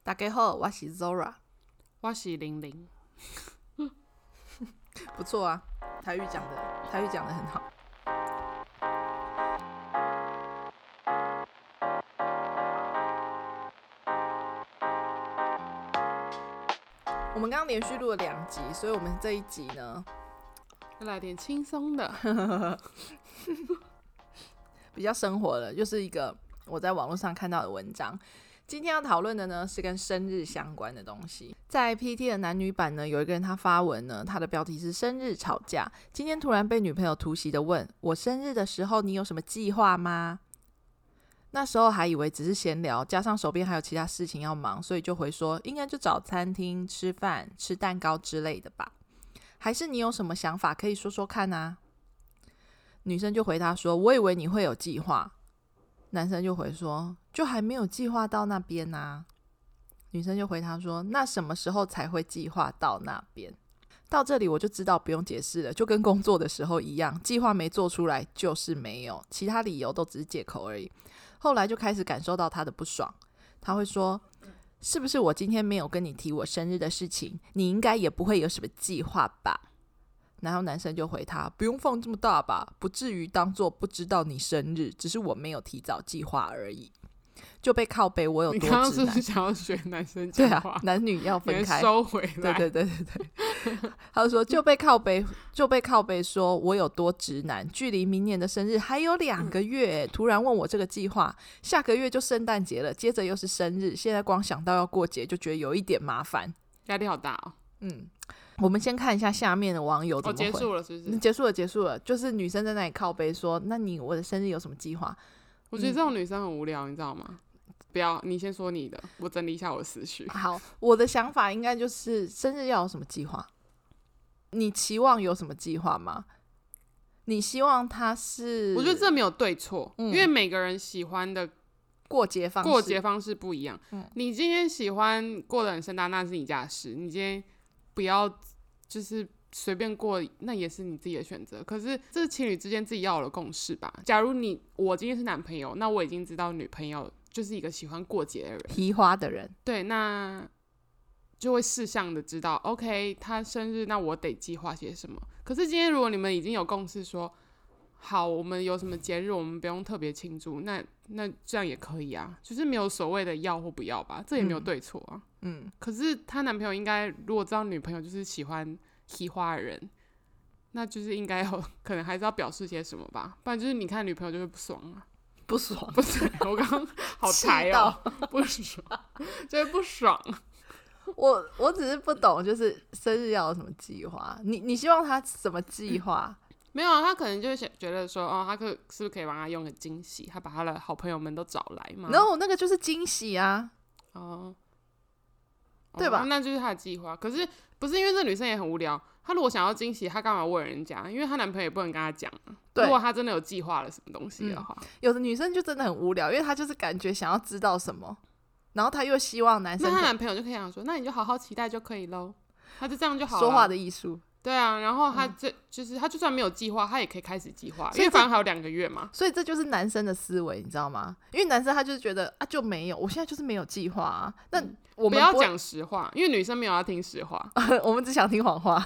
大家好，我是 Zora， 我是玲玲。 不错啊，台语讲的很好。我们刚刚连续录了2集，所以我们这一集呢， 要来点轻松的， 比较生活的，就是一个我在网络上看到的文章。今天要讨论的呢是跟生日相关的东西。在 PT 的男女版呢，有一个人他发文呢，他的标题是生日吵架。今天突然被女朋友突袭的问我生日的时候你有什么计划吗？那时候还以为只是闲聊，加上手边还有其他事情要忙，所以就回说应该就找餐厅吃饭吃蛋糕之类的吧，还是你有什么想法可以说说看啊？女生就回答说我以为你会有计划。男生就回说就还没有计划到那边啊。女生就回他说那什么时候才会计划到那边？到这里我就知道不用解释了，就跟工作的时候一样，计划没做出来就是没有，其他理由都只是借口而已。后来就开始感受到他的不爽，他会说是不是我今天没有跟你提我生日的事情，你应该也不会有什么计划吧？然后男生就回他不用放这么大吧，不至于当作不知道你生日，只是我没有提早计划而已。就被靠北我有多直男。 你刚刚是不是想要学男生讲话？ 对啊，男女要分开， 收回来。 对，他就说就被靠北说我有多直男，距离明年的生日还有2个月，突然问我这个计划，下个月就圣诞节了，接着又是生日，现在光想到要过节就觉得有一点麻烦， 压力好大哦。 我们先看一下下面的网友怎么回。 结束了是不是？ 结束了，就是女生在那里靠北说那你我的生日有什么计划？ 我觉得这种女生很无聊，你知道吗？不要，你先说你的，我整理一下我的思绪。 好，我的想法应该就是生日要有什么计划？你期望有什么计划吗？你希望他是？ 我觉得这没有对错，因为每个人喜欢的过节方式不一样。你今天喜欢过得很盛大，那是你家的事。你今天不要就是随便过，那也是你自己的选择。可是这是情侣之间自己要有的共识吧。假如我今天是男朋友，那我已经知道女朋友就是一个喜欢过节的人， 提花的人， 对，那就会事项的知道 OK 他生日，那我得计划些什么。可是今天如果你们已经有共识说好我们有什么节日我们不用特别庆祝，那这样也可以啊，就是没有所谓的要或不要吧，这也没有对错啊。可是她男朋友应该如果知道女朋友就是喜欢提花的人，那就是应该可能还是要表示些什么吧，不然就是你看女朋友就会不爽啊。 不爽不是，我刚刚好台哦，不爽，就是不爽。 我只是不懂，就是生日要有什么计划？你希望他什么计划？ 没有啊，他可能就会觉得说，他是不是可以帮他用个惊喜？他把他的好朋友们都找来嘛。 No， 那个就是惊喜啊。对吧？ 那就是他的计划。可是不是因为这女生也很无聊，她如果想要惊喜，她干嘛问人家？因为她男朋友也不能跟她讲啊。如果她真的有计划了什么东西的话， 有的女生就真的很无聊，因为她就是感觉想要知道什么，然后她又希望男生， 那她男朋友就可以讲说，那你就好好期待就可以咯。他就这样就好了。 说话的艺术。 对啊，然后他就是他就算没有计划，他也可以开始计划，因为反正还有2个月嘛。 所以这就是男生的思维，你知道吗？因为男生他就是觉得就没有，我现在就是没有计划啊。那我们不要讲实话，因为女生没有要听实话， 我们只想听谎话。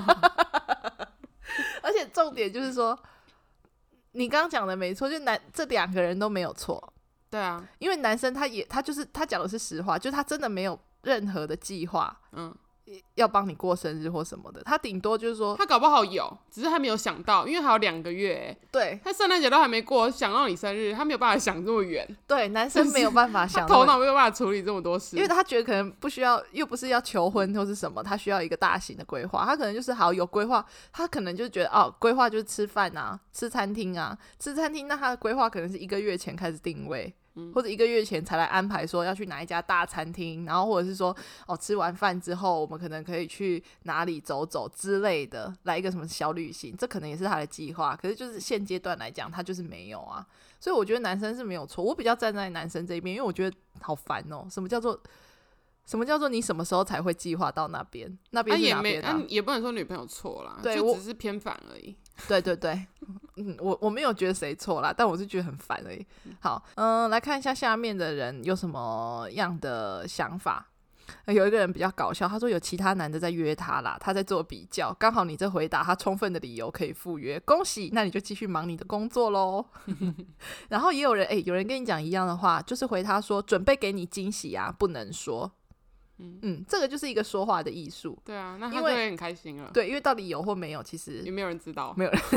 而且重点就是说，你刚刚讲的没错，就这2个人都没有错。 对啊， 因为男生他就是他讲的是实话，就是他真的没有任何的计划。要帮你过生日或什么的，他顶多就是说， 他搞不好有，只是他没有想到，因为还有2个月。 对， 他圣诞节都还没过，想到你生日，他没有办法想这么远。 对，男生没有办法想， 他头脑没有办法处理这么多事， 因为他觉得可能不需要，又不是要求婚或是什么，他需要一个大型的规划。他可能就是好有规划，他可能就觉得规划就是吃饭啊，吃餐厅啊，那他的规划可能是1个月前开始定位。或者1个月前才来安排说要去哪一家大餐厅，然后或者是说吃完饭之后我们可能可以去哪里走走之类的，来一个什么小旅行，这可能也是他的计划。可是就是现阶段来讲他就是没有啊，所以我觉得男生是没有错，我比较站在男生这一边，因为我觉得好烦哦。什么叫做你什么时候才会计划到那边？那边是哪边啊？ 也不能说女朋友错啦，对，就只是偏反而已。 对对对，我没有觉得谁错啦，但我是觉得很烦而已。好，来看一下下面的人有什么样的想法。有一个人比较搞笑，他说有其他男的在约他啦，他在做比较，刚好你这回答他充分的理由可以赴约，恭喜，那你就继续忙你的工作咯。然后也有人有人跟你讲一样的话，就是回他说准备给你惊喜啊，不能说。这个就是一个说话的艺术。 对啊，那他就会很开心了。 对，因为到底有或没有，其实也没有人知道， 没有人。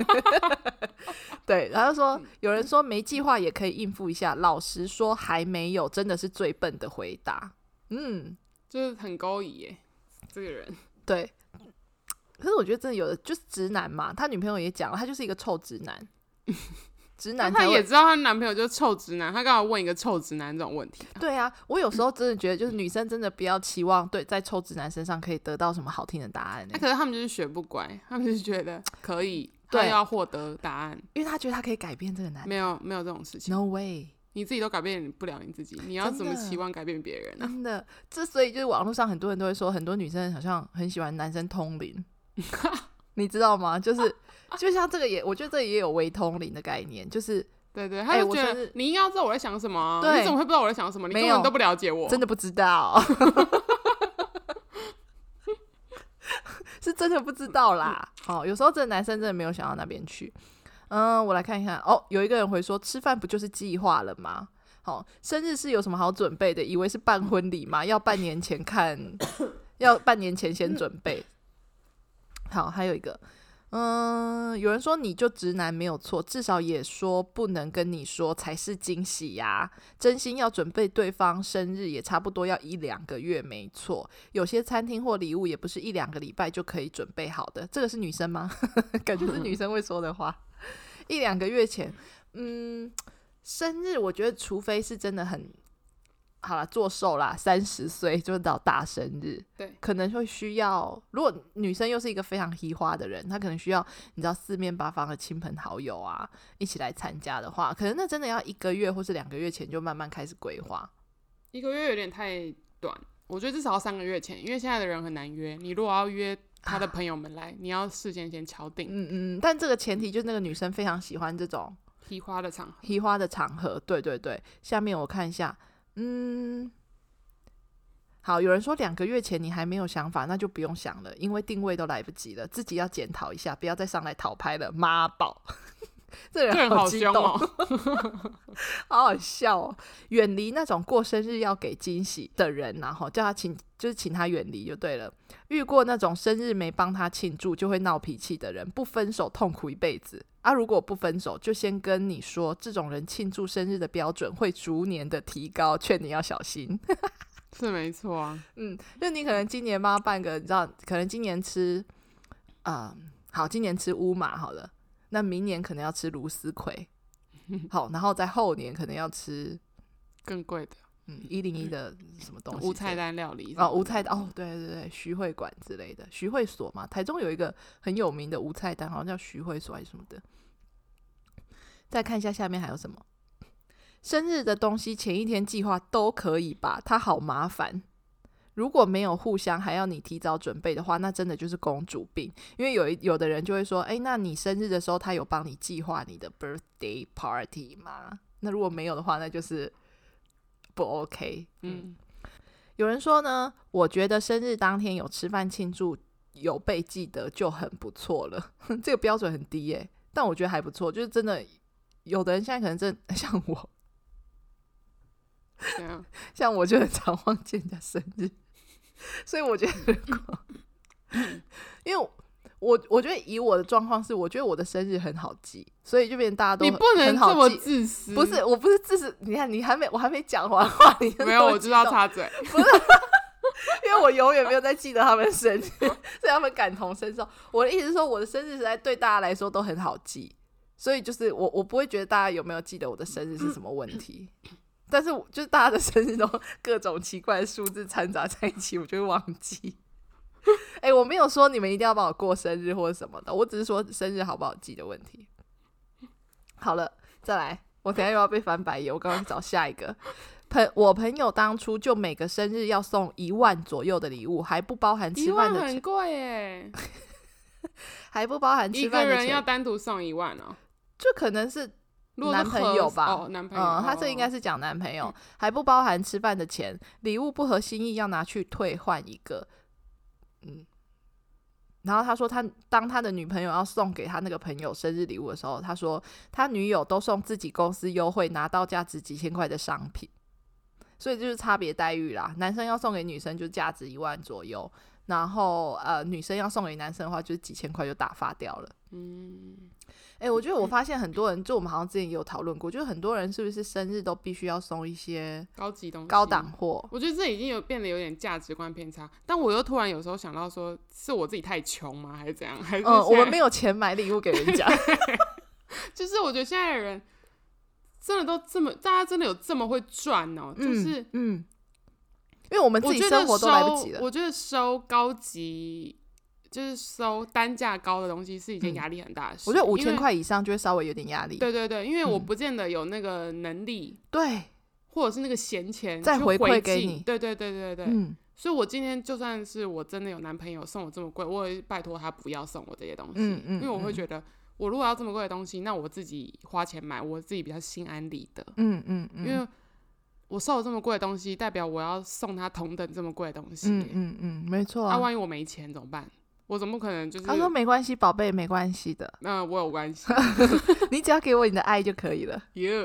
对，然后说有人说没计划也可以应付一下，老实说还没有，真的是最笨的回答。 就是很勾引耶，这个人。 对，可是我觉得真的有的就是直男嘛，他女朋友也讲了，他就是一个臭直男。直男他也知道他男朋友就是臭直男，他刚好问一个臭直男这种问题。 对啊，我有时候真的觉得，就是女生真的不要期望在臭直男身上可以得到什么好听的答案。 可是他们就是学不乖，他们就是觉得可以，他要获得答案， 因为他觉得他可以改变这个男人。 没有这种事情。 No way。 你自己都改变不了你自己，你要怎么期望改变别人呢？ 真的，所以就是网络上很多人都会说，很多女生好像很喜欢男生通灵，你知道吗？就是就像这个我觉得这也有微通灵的概念，就是对，他就觉得你应该要知道我在想什么啊，你怎么会不知道我在想什么？你根本都不了解我， 真的不知道，是真的不知道啦。有时候这男生真的没有想到那边去。我来看一下有一个人回说，吃饭不就是计划了吗？生日是有什么好准备的？以为是办婚礼吗？要半年前看，要半年前先准备。好，还有一个，有人说你就直男没有错，至少也说不能跟你说才是惊喜呀。真心要准备对方生日也差不多要1-2个月，没错。有些餐厅或礼物也不是1-2个礼拜就可以准备好的。这个是女生吗？感觉是女生会说的话。1-2个月前，生日我觉得除非是真的很好啦，做寿啦，30岁就到大生日， 对， 可能会需要，如果女生又是一个非常嘻花的人，她可能需要你知道四面八方的亲朋好友啊一起来参加的话，可能那真的要1个月或是2个月前就慢慢开始规划。 1个月有点太短，我觉得至少要3个月前，因为现在的人很难约，你如果要约他的朋友们来，你要事先敲定。 但这个前提就是那个女生非常喜欢这种嘻花的场合， 嘻花的场合。对对对，下面我看一下，好，有人说2个月前你还没有想法，那就不用想了，因为定位都来不及了，自己要检讨一下，不要再上来讨拍了，妈宝。这人好激动哦， 好好笑哦！远离那种过生日要给惊喜的人，然后叫他就是请他远离就对了。遇过那种生日没帮他庆祝就会闹脾气的人，不分手痛苦一辈子啊！如果不分手，就先跟你说，这种人庆祝生日的标准会逐年的提高，劝你要小心。 是没错啊， 就你可能今年帮他办个，你知道，可能今年吃好，今年吃乌马好了。那明年可能要吃芦丝葵，好，然后在后年可能要吃更贵的 ，101的什么东西？ 无菜单料理无菜单对对对，徐汇馆之类的，徐汇所嘛，台中有一个很有名的无菜单，好像叫徐汇所还是什么的。再看一下下面还有什么，生日的东西前一天计划都可以吧？它好麻烦。如果没有互相还要你提早准备的话，那真的就是公主病。因为有的人就会说，那你生日的时候他有帮你计划你的 birthday party 吗？那如果没有的话，那就是不 OK。有人说呢，我觉得生日当天有吃饭庆祝，有被记得就很不错了。这个标准很低耶，但我觉得还不错。就是真的，有的人现在可能真的像我，像我就很常忘记人家生日。所以我觉得因为我觉得以我的状况是，我觉得我的生日很好记，所以就变成大家都你不能这么自私。 不是，我不是自私，你看我还没讲完话，你没有，我知道插嘴， 不是，因为我永远没有在记得他们生日，所以他们感同身受。我的意思是说，我的生日实在对大家来说都很好记，所以就是我不会觉得大家有没有记得我的生日是什么问题。但是就是大家的生日都各种奇怪的数字掺杂在一起，我就会忘记。我没有说你们一定要帮我过生日或者什么的，我只是说生日好不好记的问题。好了，再来，我等一下又要被翻白眼，我刚刚找下一个。我朋友当初就每个生日要送1万左右的礼物，还不包含吃饭的钱。 1万很贵耶。 还不包含吃一饭的钱， 个人要单独送1万哦， 就可能是男朋友吧， 男朋友， 他这应该是讲男朋友，还不包含吃饭的钱，礼物不合心意要拿去退换一个，然后他说当他的女朋友要送给他那个朋友生日礼物的时候，他说他女友都送自己公司优惠拿到价值几千块的商品，所以就是差别待遇啦，男生要送给女生就价值1万左右，然后女生要送给男生的话就是几千块就打发掉了。我觉得我发现很多人，就我们好像之前也有讨论过，就是很多人是不是生日都必须要送一些高级东西、 高档货？ 我觉得这已经变得有点价值观偏差，但我又突然有时候想到说，是我自己太穷吗？还是怎样？还是我们没有钱买礼物给人家。 就是我觉得现在的人真的都这么，大家真的有这么会赚哦？就是因为我们自己生活都来不及了。 我觉得收高级。就是收单价高的东西是一件压力很大的事。 我觉得5000块以上就会稍微有点压力。 对对对，因为我不见得有那个能力， 对， 或者是那个闲钱再回馈给你。 对对对对对，所以我今天就算是我真的有男朋友送我这么贵，我也拜托他不要送我这些东西，因为我会觉得我如果要这么贵的东西，那我自己花钱买，我自己比较心安理得。因为我收了这么贵的东西，代表我要送他同等这么贵的东西。 没错啊。 万一我没钱怎么办？我总不可能就是。 他说没关系，宝贝，没关系的。 我有关系。 你只要给我你的爱就可以了。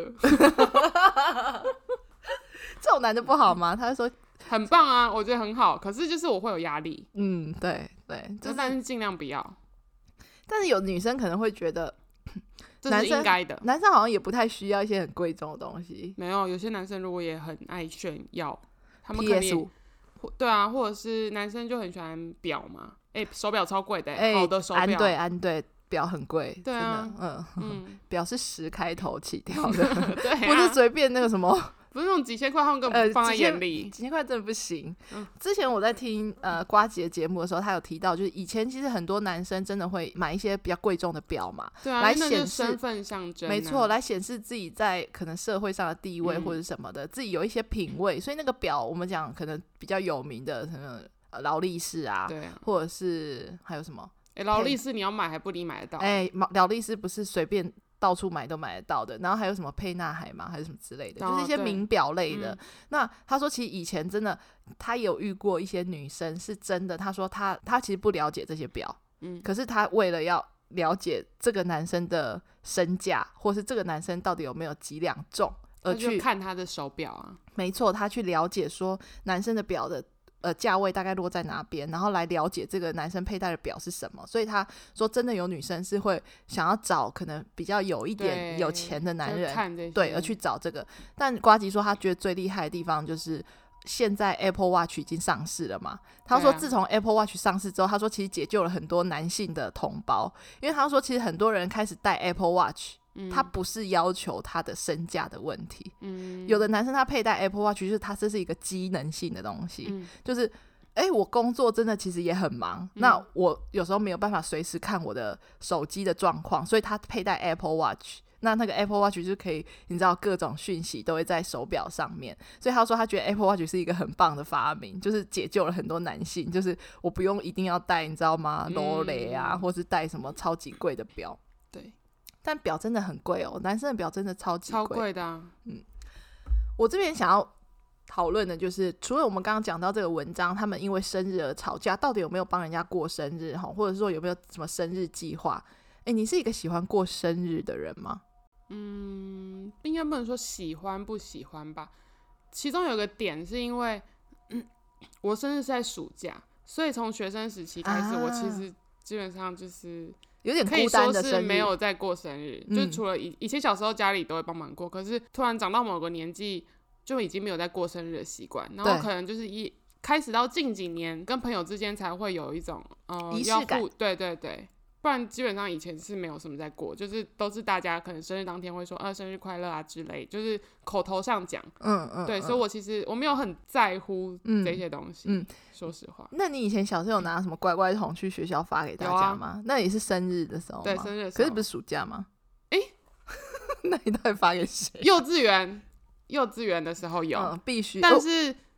这种男的不好吗？他就说很棒啊，我觉得很好。可是就是我会有压力。 对对， 但是尽量不要。 但是有女生可能会觉得， 这是应该的。 男生好像也不太需要一些很贵重的东西。 没有，有些男生如果也很爱炫耀，他们 PS5。 对啊，或者是男生就很喜欢表嘛。手表超贵的，好的手表。 安对，表很贵， 对啊， 真的，表是10开头起跳的， 对啊， 不是随便那个什么， 不是那种几千块，他们根本不放在眼里。 几千块真的不行。之前我在听呱吉的节目的时候，他有提到，就是以前其实很多男生真的会买一些比较贵重的表嘛， 对啊， 来显示身份象征， 没错，来显示自己在可能社会上的地位或者什么的，自己有一些品味。所以那个表，我们讲可能比较有名的，可能劳力士啊， 对啊， 或者是还有什么？ 劳力士你要买还不一定买得到。 劳力士不是随便到处买都买得到的。然后还有什么沛纳海吗？还是什么之类的，就是一些名表类的。那他说，其实以前真的，他有遇过一些女生是真的，他说他其实不了解这些表，可是他为了要了解这个男生的身价，或是这个男生到底有没有几两重，而去看他的手表啊。 没错，他去了解说男生的表的价位大概落在哪边，然后来了解这个男生佩戴的表是什么。所以他说真的有女生是会想要找可能比较有一点有钱的男人，对，而去找这个。但呱吉说他觉得最厉害的地方就是现在 Apple Watch 已经上市了嘛，他说自从 Apple Watch 上市之后，他说其实解救了很多男性的同胞，因为他说其实很多人开始戴 Apple Watch，他不是要求他的身价的问题，有的男生他佩戴 Apple Watch 就是这是一个机能性的东西，就是我工作真的其实也很忙，那我有时候没有办法随时看我的手机的状况，所以他佩戴 Apple Watch， 那个 Apple Watch 就可以，你知道各种讯息都会在手表上面，所以他说他觉得 Apple Watch 是一个很棒的发明，就是解救了很多男性，就是我不用一定要戴你知道吗Rolex 啊，或是戴什么超级贵的表。 对， 但表真的很贵哦，男生的表真的超级贵， 超贵的啊。 我这边想要讨论的就是，除了我们刚刚讲到这个文章，他们因为生日而吵架，到底有没有帮人家过生日，或者说有没有什么生日计划？你是一个喜欢过生日的人吗？ 应该不能说喜欢不喜欢吧。其中有个点是因为，我生日是在暑假，所以从学生时期开始，我其实基本上就是有点孤单的生日， 可以说是没有在过生日，就除了以前小时候家里都会帮忙过，可是突然长到某个年纪，就已经没有在过生日的习惯，然后可能就是开始到近几年，跟朋友之间才会有一种仪式感， 对对对。不然基本上以前是没有什么在过，就是都是大家可能生日当天会说生日快乐啊之类，就是口头上讲，对，所以我其实我没有很在乎这些东西，说实话。 那你以前小时候有拿什么乖乖桶去学校发给大家吗？那也是生日的时候吗？ 对，生日的时候。 可是不是暑假吗？那你到底发给谁？ 幼稚园的时候有， 必须。 但是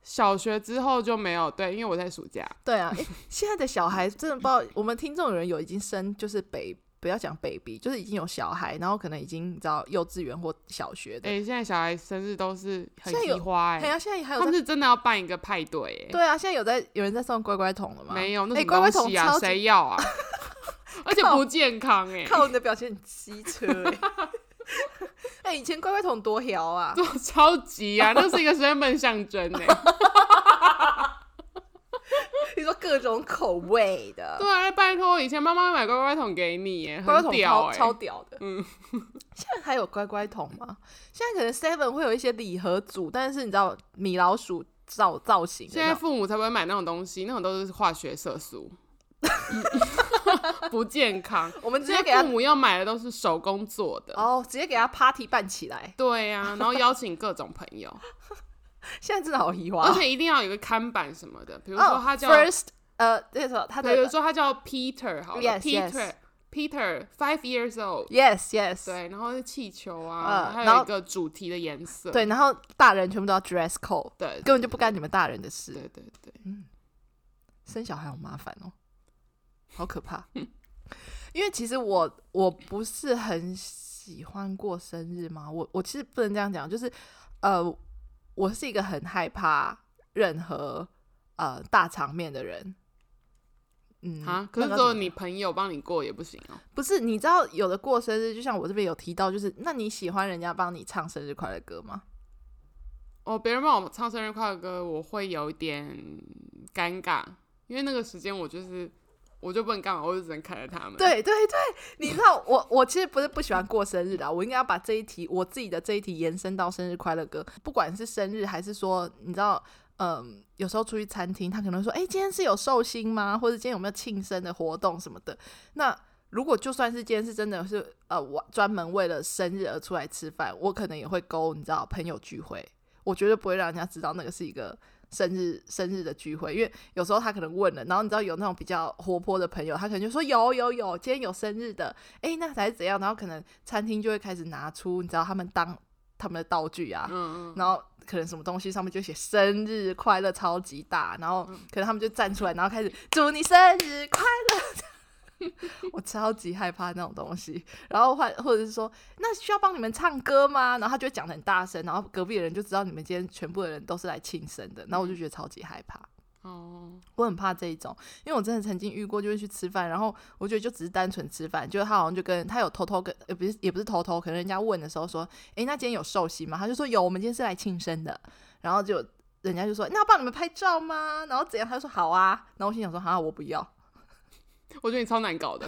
小学之后就没有，对，因为我在暑假。 对啊，现在的小孩真的不知道，我们听众有人已经生就是不要讲 baby， 就是已经有小孩，然后可能已经你知道幼稚园或小学的。 现在小孩生日都是很奇花对啊，现在还有他们是真的要办一个派对对啊，现在有人在送乖乖桶了吗？ 没有，那什么东西啊？谁要啊？而且不健康看你的表情很机车以前乖乖桶多屌啊， 超级啊，那是一个身份象征你说各种口味的， 对啊，拜托，以前妈妈买乖乖桶给你耶， 乖乖桶很屌超屌的。现在还有乖乖桶吗？现在可能 Seven 会有一些礼盒组，但是你知道米老鼠造型的， 现在父母才不会买那种东西，那种都是化学色素。不健康， 我们直接给他父母要买的都是手工做的直接给他 party 办起来。 对啊，然后邀请各种朋友。 现在真的好移花， 而且一定要有一个看板什么的，比如说他叫 First，比如说他叫 Peter 好了 ，Yes, Peter 5 years old， yes， 对，然后是气球啊，还有一个主题的颜色， 对，然后大人全部都要 dress code， 对， 根本就不干你们大人的事， 对， 生小孩好麻烦好可怕。因为其实我不是很喜欢过生日嘛，我其实不能这样讲，就是我是一个很害怕任何大场面的人。 可是只有你朋友帮你过也不行哦。 不是，你知道有的过生日，就像我这边有提到，就是那你喜欢人家帮你唱生日快乐歌吗？ 别人帮我唱生日快乐歌，我会有一点尴尬，因为那个时间我就不能干嘛，我就只能看着他们。 对，你知道我其实不是不喜欢过生日的，我应该要把我自己的这一题延伸到生日快乐歌，不管是生日还是说，你知道，有时候出去餐厅，他可能会说，今天是有寿星吗？或者今天有没有庆生的活动什么的？那如果就算是今天是真的是我专门为了生日而出来吃饭，我可能也会勾你知道朋友聚会，我绝对不会让人家知道那个是一个生日的聚会，因为有时候他可能问了，然后你知道有那种比较活泼的朋友，他可能就说有今天有生日的，那才是怎样，然后可能餐厅就会开始拿出你知道他们的道具啊，然后可能什么东西上面就写生日快乐超级大，然后可能他们就站出来，然后开始祝你生日快乐我超级害怕那种东西，然后或者是说那需要帮你们唱歌吗？然后他就会讲得很大声，然后隔壁的人就知道你们今天全部的人都是来庆生的，然后我就觉得超级害怕。我很怕这一种，因为我真的曾经遇过，就是去吃饭，然后我觉得就只是单纯吃饭，就是他好像就跟他有偷偷跟也不是偷偷，可能人家问的时候说，那今天有寿星吗？他就说有，我们今天是来庆生的，然后就人家就说那要帮你们拍照吗？然后怎样？他就说好啊，然后我心想说我不要， 我觉得你超难搞的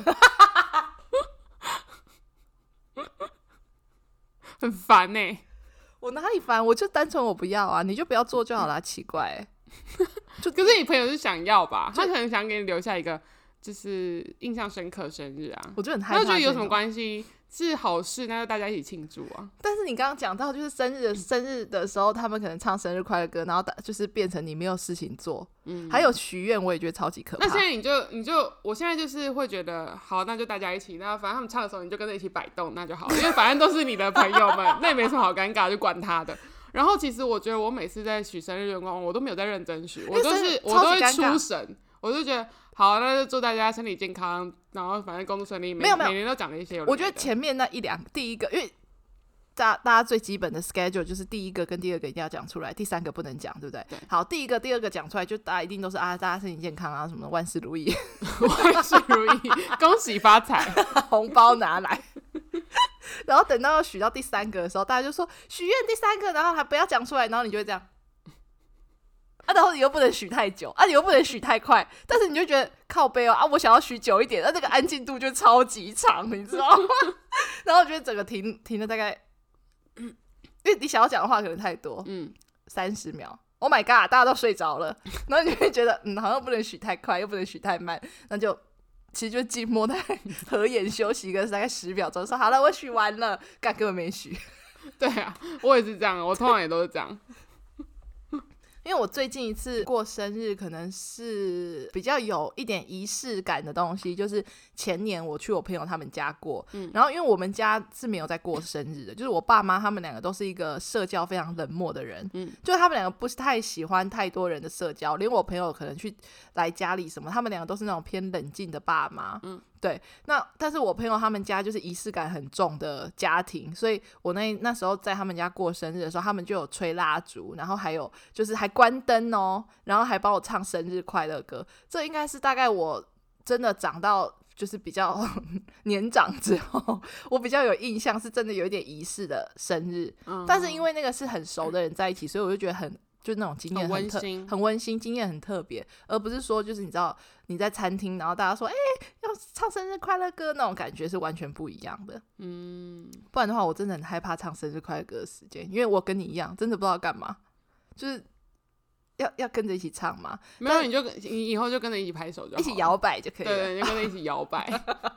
很烦我哪里烦？我就单纯我不要啊，你就不要做就好啦，奇怪可是你朋友是想要吧，他可能想给你留下一个就是印象深刻生日啊， 我就很害怕， 他觉得有什么关系，是好事，那就大家一起庆祝啊。 但是你刚刚讲到就是生日的时候，他们可能唱生日快乐歌，然后就是变成你没有事情做，还有许愿，我也觉得超级可怕。 那现在你就我现在就是会觉得好，那就大家一起，那反正他们唱的时候你就跟着一起摆动，那就好，因为反正都是你的朋友们那也没什么好尴尬，就管他的。然后其实我觉得我每次在许生日愿望，我都没有在认真许，我都会出神，我就觉得好，那就祝大家身体健康，然后反正工作顺利，每年都讲了一些有的没的。 我觉得前面那第一个，因为大家最基本的 schedule 就是第一个跟第二个一定要讲出来，第三个不能讲，对不对？ 对。 好，第一个、第二个讲出来，就大家一定都是大家身体健康啊，什么万事如意， 万事如意，恭喜发财， 红包拿来。然后等到要许到第三个的时候，大家就说许愿第三个，然后还不要讲出来，然后你就会这样。然后你又不能许太久你又不能许太快，但是你就觉得靠背我想要许久一点，那个安静度就超级长，你知道吗？然后我觉得整个停了大概，因为你想要讲的话可能太多，30秒 ，Oh my god， 大家都睡着了，然后你就会觉得好像不能许太快，又不能许太慢，那就其实就静默在合眼休息个大概10秒钟，说好了我许完了，根本没许。 对啊，我也是这样，我通常也都是这样。 因为我最近一次过生日可能是比较有一点仪式感的东西，就是前年我去我朋友他们家过，然后因为我们家是没有在过生日的，就是我爸妈他们两个都是一个社交非常冷漠的人，就是他们两个不是太喜欢太多人的社交，连我朋友可能去来家里什么，他们两个都是那种偏冷静的爸妈，对，但是我朋友他们家就是仪式感很重的家庭，所以我那时候在他们家过生日的时候，他们就有吹蜡烛，然后还有就是还关灯哦，然后还帮我唱生日快乐歌。这应该是大概我真的长到就是比较年长之后，我比较有印象是真的有一点仪式的生日，但是因为那个是很熟的人在一起，所以我就觉得就那种经验很温馨，经验很特别，而不是说就是你知道你在餐厅，然后大家说要唱生日快乐歌那种感觉是完全不一样的。不然的话我真的很害怕唱生日快乐歌的时间，因为我跟你一样真的不知道干嘛，就是要跟着一起唱嘛。 没有你以后就跟着一起拍手就好了， 一起摇摆就可以了。 对，就跟着一起摇摆。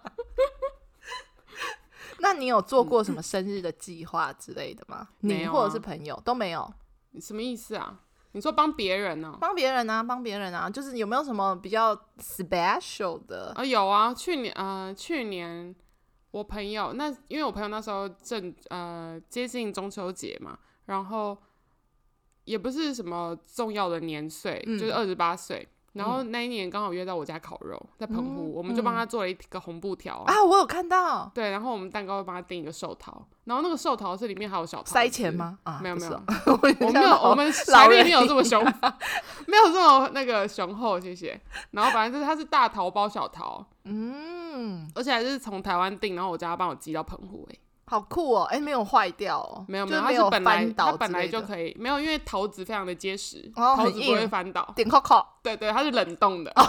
那你有做过什么生日的计划之类的吗？你或者是朋友都没有？ 你什么意思啊？你说帮别人呢？ 帮别人啊，就是有没有什么比较 special 的？ 有啊，去年我朋友因为我朋友那时候正接近中秋节嘛，然后也不是什么重要的年岁，就是28岁。然后那一年刚好约到我家烤肉，在澎湖，我们就帮他做了一个红布条啊，我有看到。 对，然后我们蛋糕会帮他订一个寿桃，然后那个寿桃是里面还有小桃子。 塞钱吗？ 没有， 我们财力没有这么雄，没有这么那个雄厚，谢谢。然后反正就是它是大桃包小桃，而且还是从台湾订，然后我叫他帮我寄到澎湖。 好酷哦！没有坏掉哦。 没有， 它是它本来就可以，没有，因为桃子非常的结实，桃子不会翻倒。 点扣扣。 对，它是冷冻的。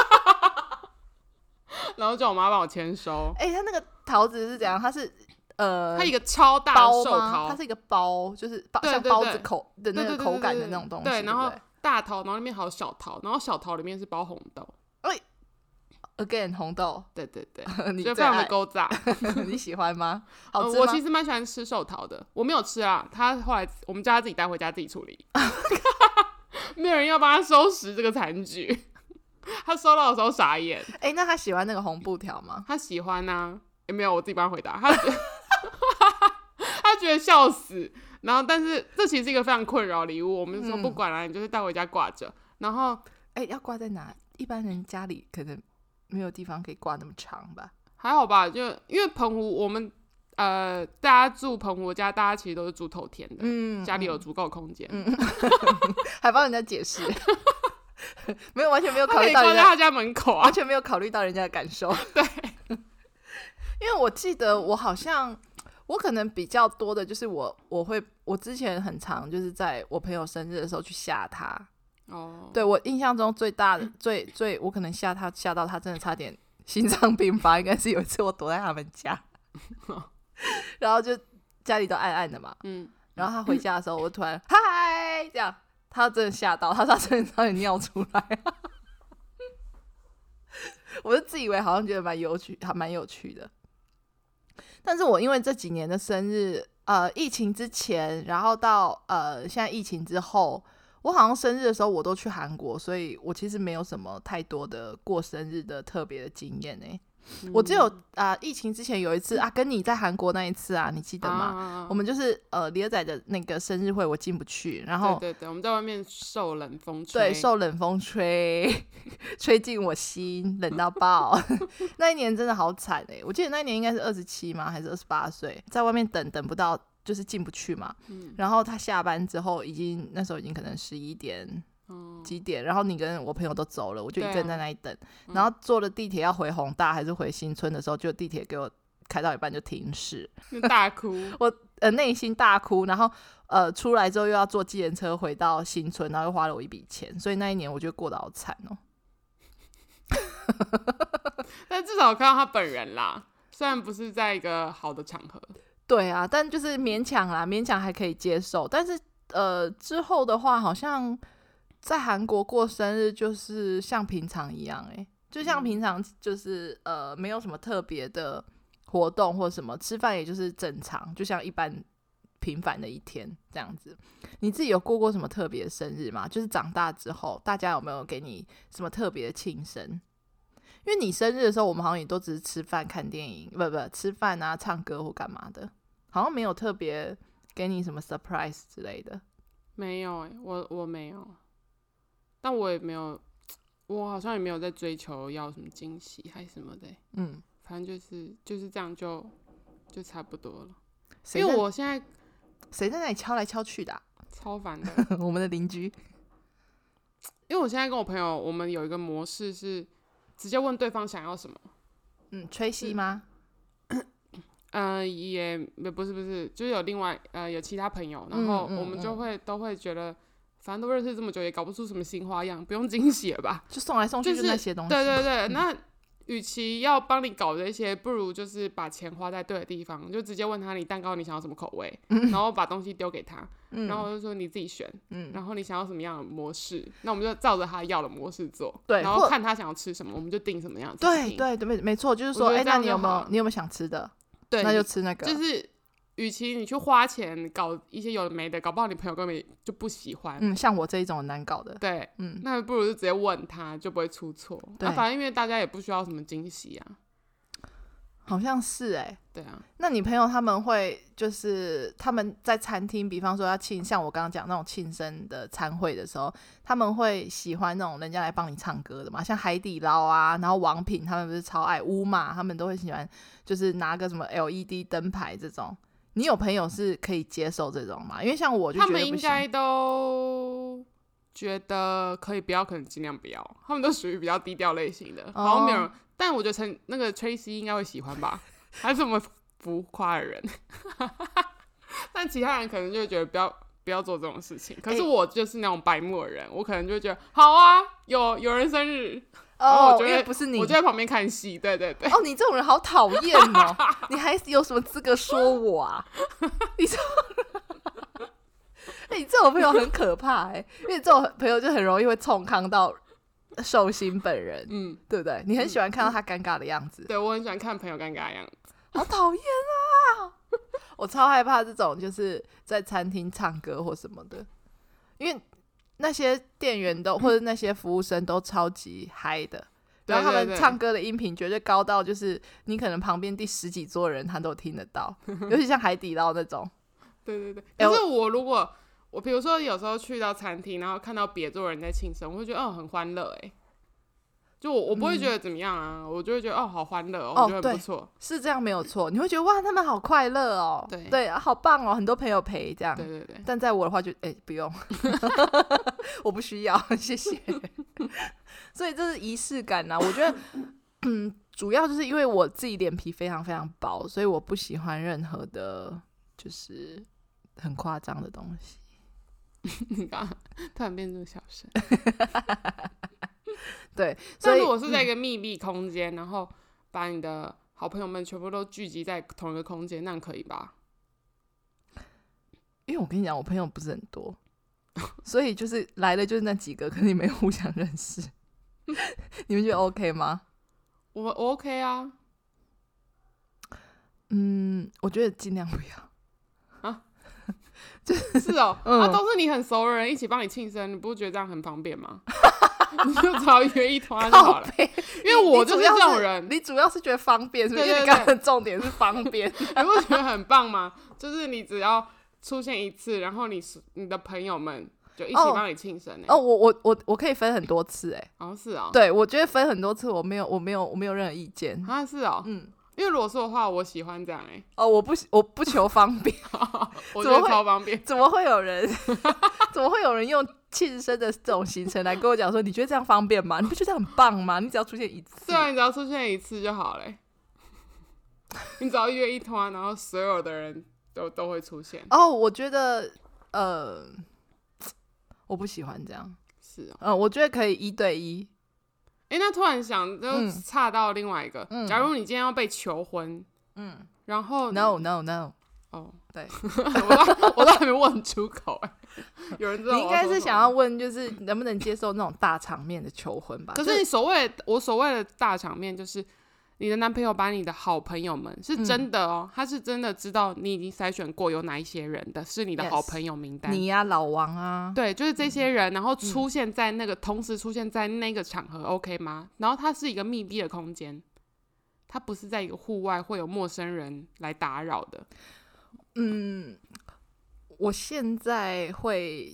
然后叫我妈帮我签收。 它那个桃子是怎样？它是它一个超大的寿桃， 它是一个包，就是像包子口的那个口感的那种东西。 对，然后大桃，然后里面还有小桃，然后小桃里面是包红豆。 again 红豆， 对，就非常的勾炸。 你喜欢吗？好吃吗？ 我其实蛮喜欢吃寿桃的，我没有吃啊，他后来我们叫他自己带回家自己处理，没有人要帮他收拾这个残局。他收到的时候傻眼。 那他喜欢那个红布条吗？ 他喜欢啊，没有，我自己帮他回答。他觉得笑死。然后，但是这其实是一个非常困扰礼物，我们就说不管了，你就是带回家挂着。然后， 要挂在哪？一般人家里可能没有地方可以挂那么长吧？ 还好吧，就因为澎湖我们大家住澎湖家，大家其实都是住透天的，家里有足够空间， 还帮人家解释，没有完全没有考虑到人家， 他可以挂在他家门口啊， 完全没有考虑到人家的感受。 对， 因为我记得我好像我可能比较多的就是我之前很常就是在我朋友生日的时候去吓他。对，我印象中最大的最我可能吓到他真的差点心脏病发，应该是有一次我躲在他们家，然后就家里都暗暗的嘛，然后他回家的时候，我突然嗨这样，他真的吓到，他真的差点尿出来，我就自以为好像觉得还蛮有趣的，但是我因为这几年的生日，疫情之前，然后到现在疫情之后。我好像生日的时候我都去韩国，所以我其实没有什么太多的过生日的特别的经验我只有疫情之前有一次跟你在韩国那一次你记得吗？我们就是李尔仔的那个生日会我进不去，然后对，我们在外面受冷风吹， 对，受冷风吹吹进我心，冷到爆。那一年真的好惨我记得那一年应该是27吗？还是28岁，在外面等不到。就是进不去嘛，然后他下班之后那时候已经可能11点几点，然后你跟我朋友都走了，我就一个人在那里等，然后坐了地铁要回弘大还是回新村的时候，就地铁给我开到一半就停驶， 大哭， 我内心大哭，然后出来之后又要坐计程车回到新村，然后又花了我一笔钱，所以那一年我觉得过得好惨但至少我看到他本人啦，虽然不是在一个好的场合。 对啊，但就是勉强还可以接受。但是之后的话，好像在韩国过生日就是像平常一样就像平常就是没有什么特别的活动或什么，吃饭也就是正常，就像一般平凡的一天这样子。你自己有过过什么特别的生日吗？就是长大之后大家有没有给你什么特别的庆生？因为你生日的时候我们好像也都只是吃饭看电影，不吃饭啊唱歌或干嘛的，好像没有特别给你什么 surprise 之类的。 没有我没有，但我也没有，我好像也没有在追求要什么惊喜还是什么的。反正就是这样就差不多了。因为我现在谁在那里敲来敲去的超烦的我们的邻居。 因为我现在跟我朋友，我们有一个模式是直接问对方想要什么。 吹西吗？ 也不是，就是有另外有其他朋友，然后我们都会觉得，反正都认识这么久，也搞不出什么新花样，不用惊喜了吧？ 就送来送去就那些东西。 对，那与其要帮你搞这些，不如就是把钱花在对的地方，就直接问他你蛋糕你想要什么口味，然后把东西丢给他，然后就说你自己选，然后你想要什么样的模式，那我们就照着他要的模式做， 对， 然后看他想要吃什么，我们就订什么样的餐厅。 对，没错，就是说，那你有没有想吃的？对，那就吃那个。就是与其你去花钱搞一些有的没的，搞不好你朋友根本就不喜欢。 像我这一种很难搞的。 对，那不如就直接问他，就不会出错。反正因为大家也不需要什么惊喜啊。 好像是对啊。 那你朋友他们会就是他们在餐厅，比方说要像我刚刚讲那种庆生的餐会的时候，他们会喜欢那种人家来帮你唱歌的嘛？像海底捞啊，然后王品他们不是超爱乌马，他们都会喜欢就是拿个什么 LED 灯牌这种。你有朋友是可以接受这种吗？因为像我就觉得不行。 他们应该都觉得可以不要，可能尽量不要。他们都属于比较低调类型的，好像没有人。但我觉得那个 Tracy 应该会喜欢吧，还是我们浮夸的人。但其他人可能就会觉得不要做这种事情。可是我就是那种白目的人，我可能就会觉得好啊，有人生日。 因为不是你， 我就在旁边看戏。对。 你这种人好讨厌哦！你还有什么资格说我啊？你这种朋友很可怕因为这种朋友就很容易会冲康到寿星本人，对不对？你很喜欢看到他尴尬的样子。 对，我很喜欢看朋友尴尬的样子。 好讨厌啊！我超害怕这种就是在餐厅唱歌或什么的，因为那些店员或者那些服务生都超级嗨的，然后他们唱歌的音频绝对高到就是你可能旁边第十几桌人他都听得到，尤其像海底捞那种。 对。可是我比如说有时候去到餐厅，然后看到别桌人在庆生，我会觉得很欢乐就我不会觉得怎么样啊，我就会觉得好欢乐我觉得很不错。 是这样没有错，你会觉得哇他们好快乐对好棒很多朋友陪这样。 对。 但在我的话就不用我不需要谢谢。所以这是仪式感我觉得主要就是因为我自己脸皮非常非常薄，所以我不喜欢任何的就是很夸张的东西。 你刚刚突然变这么小声。 对， 所以如果是在一个密闭空间，然后把你的好朋友们全部都聚集在同一个空间，那可以吧？ 因为我跟你讲，我朋友不是很多，所以就是来的就是那几个，可能你们互相认识。你们觉得 OK 吗？ 我 OK 啊。 我觉得尽量不要啊。是都是你很熟的人一起帮你庆生，你不觉得这样很方便吗？你就只要约一团就好了。因为我就是这种人。 你主要是觉得方便，是不是？因为你刚刚的重点是方便。 你不觉得很棒吗？就是你只要出现一次，然后你的朋友们就一起帮你庆生我可以分很多次是对，我觉得分很多次我没有任何意见是因为如果说的话，我喜欢这样我不求方便。 我觉得超方便。 怎么会有人用庆生的这种行程来跟我讲说，你觉得这样方便吗？你不觉得这样很棒吗？你只要出现一次。 对啊，你只要出现一次就好了。你只要约一团，然后所有的人都会出现。 我觉得我不喜欢这样。 是我觉得可以1对1。 那突然想就岔到另外一个，假如你今天要被求婚，然后 no 对。 我都还没问出口有人知道你应该是想要问就是能不能接受那种大场面的求婚吧？ 可是我所谓的大场面就是你的男朋友把你的好朋友们是真的哦，他是真的知道你已经筛选过有哪一些人的是你的好朋友名单， 你呀、老王啊， 对，就是这些人，然后出现在那个同时出现在那个场合 OK 吗？然后它是一个密闭的空间，它不是在一个户外会有陌生人来打扰的。 我现在会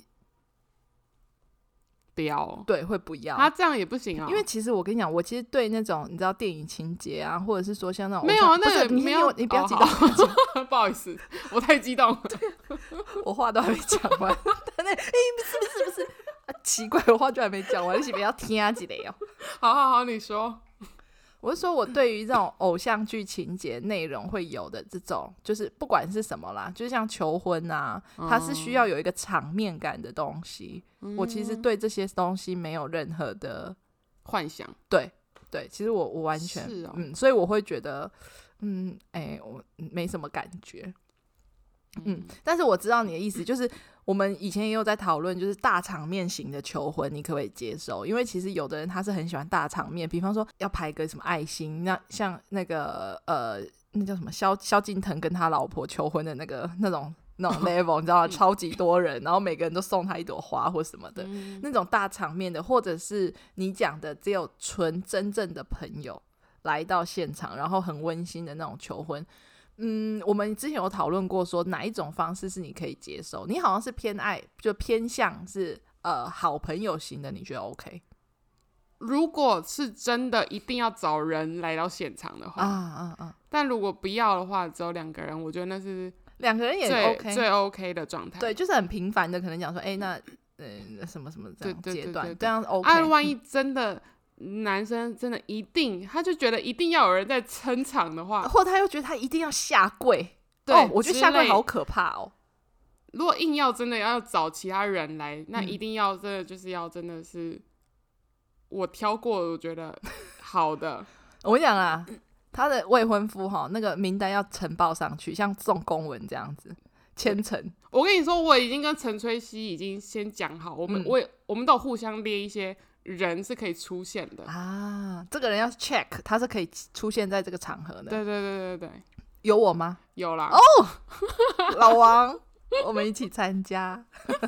不要， 对，会不要。 他这样也不行啊、 因为其实我跟你讲，我其实对那种你知道电影情节啊，或者是说像那种没有啊，那个没有， 你不要激动， 不好意思，我太激动了。 我话都还没讲完。不是、奇怪，我话就还没讲完，你是不要听啊几类哦。 好，你说。 我是说，我对于这种偶像剧情节内容会有的这种，就是不管是什么啦，就像求婚啊，它是需要有一个场面感的东西。我其实对这些东西没有任何的幻想。 对，其实我完全是哦， 所以我会觉得，我没什么感觉。但是我知道你的意思，就是我们以前也有在讨论，就是大场面型的求婚，你可不可以接受？因为其实有的人他是很喜欢大场面，比方说要排个什么爱心，那像那个那叫什么萧敬腾跟他老婆求婚的那种 level， 你知道吗？超级多人，然后每个人都送他一朵花或什么的，那种大场面的，或者是你讲的只有纯真正的朋友来到现场，然后很温馨的那种求婚。我们之前有讨论过说哪一种方式是你可以接受，你好像是偏向是好朋友型的，你觉得 OK？ 如果是真的一定要找人来到现场的话，但如果不要的话，只有2个人，我觉得那是 2个人也 OK， 最 OK 的状态。 对，就是很平凡的，可能讲说，那什么什么这样阶段，这样 OK。 万一真的男生真的他就觉得一定要有人在撑场的话， 或他又觉得他一定要下跪， 对， 我觉得下跪好可怕哦。 如果硬要真的要找其他人来，那一定要真的就是要真的是我挑过，我觉得好的。 我跟你讲啊，他的未婚夫那个名单要呈报上去，像送公文这样子签呈。 我跟你说，我已经跟陈吹熙已经先讲好，我们都有互相列一些人是可以出现的啊，这个人要 check 他是可以出现在这个场合的。 对， 有我吗？ 有啦。 哦，老王，我们一起参加。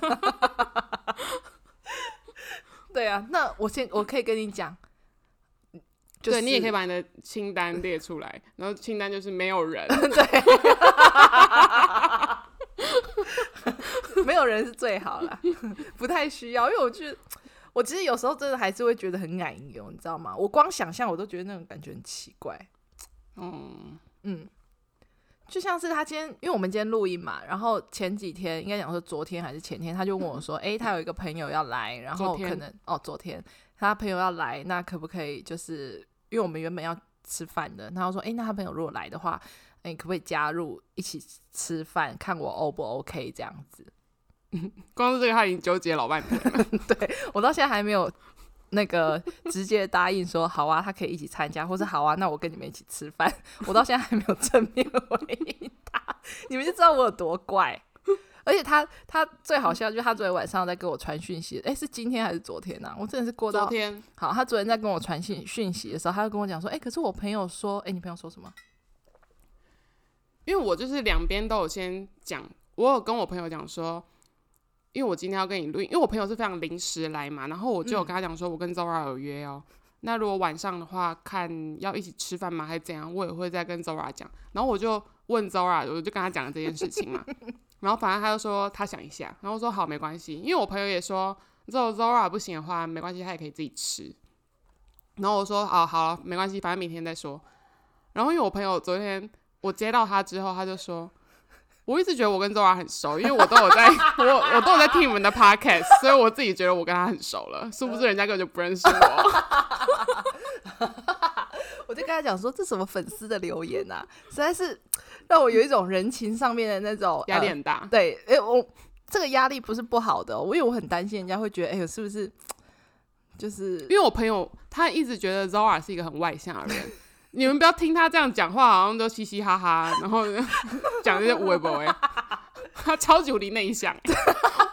对啊，那我可以跟你讲， 对，你也可以把你的清单列出来，然后清单就是没有人。 对，没有人是最好啦，不太需要，因为我其实有时候真的还是会觉得很奶油，你知道吗？我光想象我都觉得那种感觉很奇怪。就像是他今天，因为我们今天录音嘛，然后前几天应该讲说昨天还是前天，他就问我说，他有一个朋友要来，然后可能昨天他朋友要来，那可不可以就是因为我们原本要吃饭的，然后说那他朋友如果来的话，可不可以加入一起吃饭，看我 O 不 OK 这样子。 光是这个他已经纠结老半天了。 对，我到现在还没有那个直接答应说好啊，他可以一起参加，或是好啊，那我跟你们一起吃饭。我到现在还没有正面回应他，你们就知道我有多怪。而且他最好笑就是他昨天晚上在跟我传讯息，是今天还是昨天啊？我真的是过到昨天。好， 他昨天在跟我传讯息的时候，他就跟我讲说，可是我朋友说，你朋友说什么？ 因为我就是两边都有先讲，我有跟我朋友讲说，因为我今天要跟你录音，因为我朋友是非常临时来嘛，然后我就有跟他讲说，我跟 Zora 有约哦。那如果晚上的话，看要一起吃饭吗，还是怎样，我也会再跟 Zora 讲。然后我就问 Zora， 我就跟他讲了这件事情嘛。然后反正他就说他想一下，然后我说好，没关系，因为我朋友也说，如果 Zora 不行的话，没关系，他也可以自己吃。然后我说好，没关系，反正明天再说。然后因为我朋友昨天我接到他之后，他就说，我一直觉得我跟 Zora 很熟，因为我都有在我都有在听你们的 podcast， 所以我自己觉得我跟他很熟了，殊不知人家根本就不认识我。 我就跟他讲说，这什么粉丝的留言啊，实在是让我有一种人情上面的那种压力很大。 对，我这个压力不是不好的因为我很担心人家会觉得，是不是就是因为我朋友他一直觉得 Zora 是一个很外向的人。你们不要听他这样讲话，好像都嘻嘻哈哈，然后讲那些无为不为，他超级无敌内向。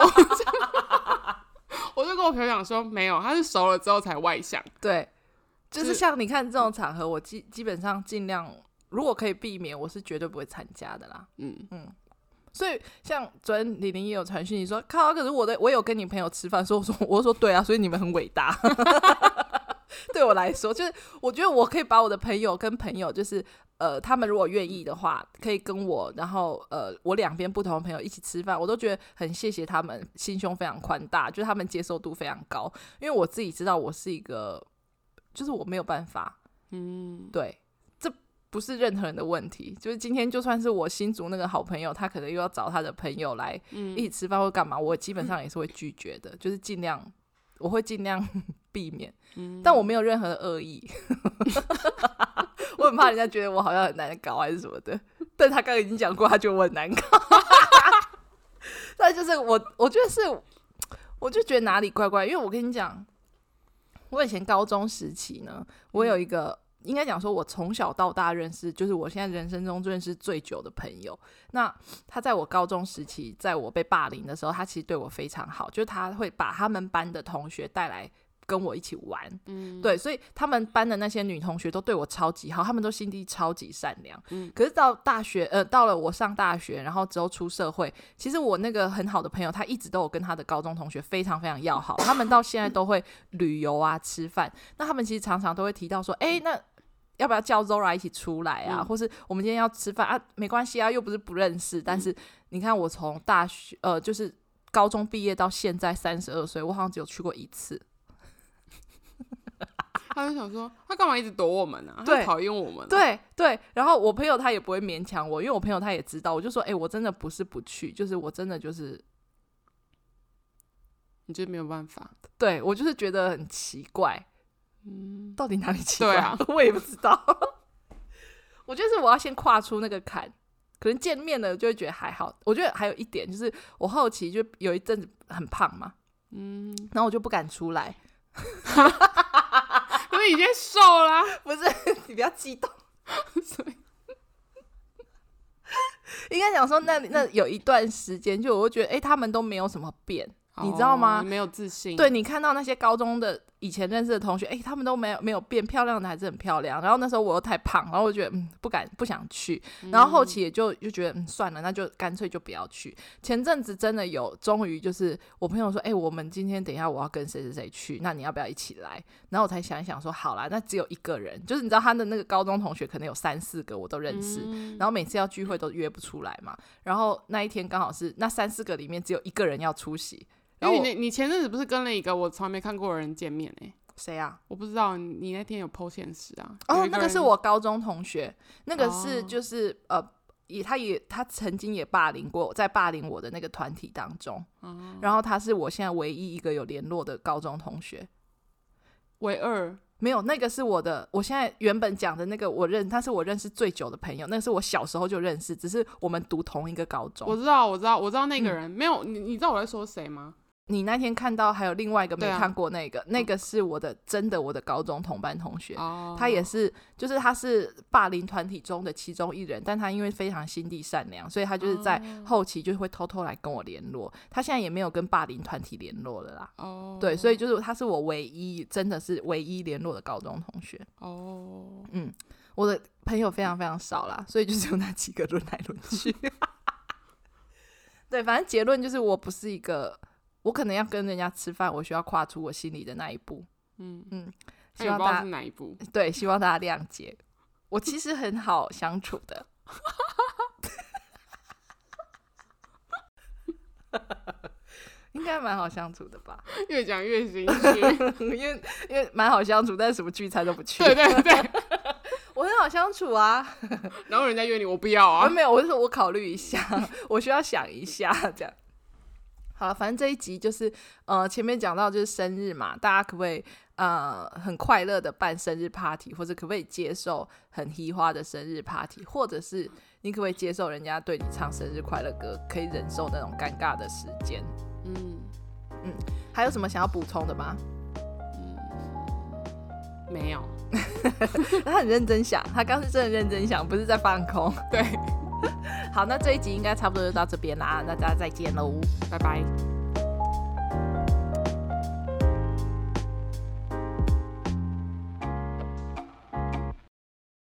我就跟我朋友讲说，没有，他是熟了之后才外向。 对， 就是像你看这种场合，我基本上尽量，如果可以避免，我是绝对不会参加的啦。所以像昨天李玲也有传讯息说，靠，可是我有跟你朋友吃饭，我说对啊，所以你们很伟大。对我来说，就是我觉得我可以把我的朋友跟朋友，就是他们如果愿意的话，可以跟我，然后我两边不同的朋友一起吃饭，我都觉得很谢谢他们，心胸非常宽大，就是他们接受度非常高。因为我自己知道我是一个，就是我没有办法，对，这不是任何人的问题。就是今天就算是我新竹那个好朋友，他可能又要找他的朋友来一起吃饭或干嘛，我基本上也是会拒绝的，就是我会尽量避免，但我没有任何的恶意。我很怕人家觉得我好像很难搞还是什么的，但他刚刚已经讲过，他觉得我很难搞。但就是我觉得是，我就觉得哪里怪怪，因为我跟你讲，我以前高中时期呢，我有一个应该讲说，我从小到大认识，就是我现在人生中认识最久的朋友。那他在我高中时期，在我被霸凌的时候，他其实对我非常好，就是他会把他们班的同学带来跟我一起玩，对，所以他们班的那些女同学都对我超级好，他们都心地超级善良。可是到大学，到了我上大学，然后之后出社会，其实我那个很好的朋友，他一直都有跟他的高中同学非常非常要好，他们到现在都会旅游啊、吃饭。那他们其实常常都会提到说，那要不要叫 Zora 一起出来啊？或是我们今天要吃饭啊？没关系啊，又不是不认识。但是你看，我从大学就是高中毕业到现在32岁，我好像只有去过一次。 他就想说，他干嘛一直躲我们啊？他讨厌我们啊。 对对，然后我朋友他也不会勉强我，因为我朋友他也知道，我就说，我真的不是不去，就是我真的就是， 你就没有办法。 对，我就是觉得很奇怪，到底哪里奇怪？ 对啊， 我也不知道。我觉得是我要先跨出那个坎，可能见面了就会觉得还好。我觉得还有一点就是，我后期就有一阵子很胖嘛，然后我就不敢出来。 因为已经瘦啦。 不是，你不要激动。应该讲说那有一段时间，就我会觉得他们都没有什么变，你知道吗？ 没有自信。对， 你看到那些高中的以前认识的同学，他们都没有变，漂亮的还是很漂亮。然后那时候我又太胖，然后我觉得不想去。然后后期也就觉得算了，那就干脆就不要去。前阵子真的有，终于就是我朋友说，我们今天等一下我要跟谁谁谁去，那你要不要一起来？然后我才想一想说，好啦，那只有一个人，就是你知道他的那个高中同学可能有3-4个我都认识，然后每次要聚会都约不出来嘛。然后那一天刚好是那3-4个里面只有一个人要出席。 因为你前阵子不是跟了一个我从来没看过的人见面谁啊？ 我不知道，你那天有 po 现实啊？ 那个是我高中同学，那个是就是他曾经也霸凌过，在霸凌我的那个团体当中，然后他是我现在唯一一个有联络的高中同学。 唯二？没有，那个是我现在原本讲的那个他是我认识最久的朋友，那个是我小时候就认识，只是我们读同一个高中。 我知道那个人，没有你知道我在说谁吗？ 你那天看到还有另外一个没看过那个，那个是我的高中同班同学，他也是，就是他是霸凌团体中的其中一人，但他因为非常心地善良，所以他就是在后期就会偷偷来跟我联络。他现在也没有跟霸凌团体联络了啦。对，所以就是他是我真的是唯一联络的高中同学。我的朋友非常非常少啦，所以就是有那几个轮来轮去。对，反正结论就是我不是一个。我可能要跟人家吃饭，我需要跨出我心里的那一步。希望大家是哪一步？ 对，希望大家谅解。我其实很好相處的。应该蛮好相处的吧？ 越讲越心虚。 因为蛮好相处，但是什么聚餐都不去。 对对对。 我很好相处啊。 然后人家约你，我不要啊。 没有，我是说我考虑一下，我需要想一下这样。好了，反正这一集就是前面讲到就是生日嘛，大家可不可以很快乐的办生日 party， 或者可不可以接受很嘻花的生日 party， 或者是你可不可以接受人家对你唱生日快乐歌，可以忍受那种尴尬的时间。还有什么想要补充的吗？ 没有。 他很认真想，他刚是真的认真想，不是在放空。 对。 好，那这一集应该差不多就到这边啦，那大家再见喽， 拜拜。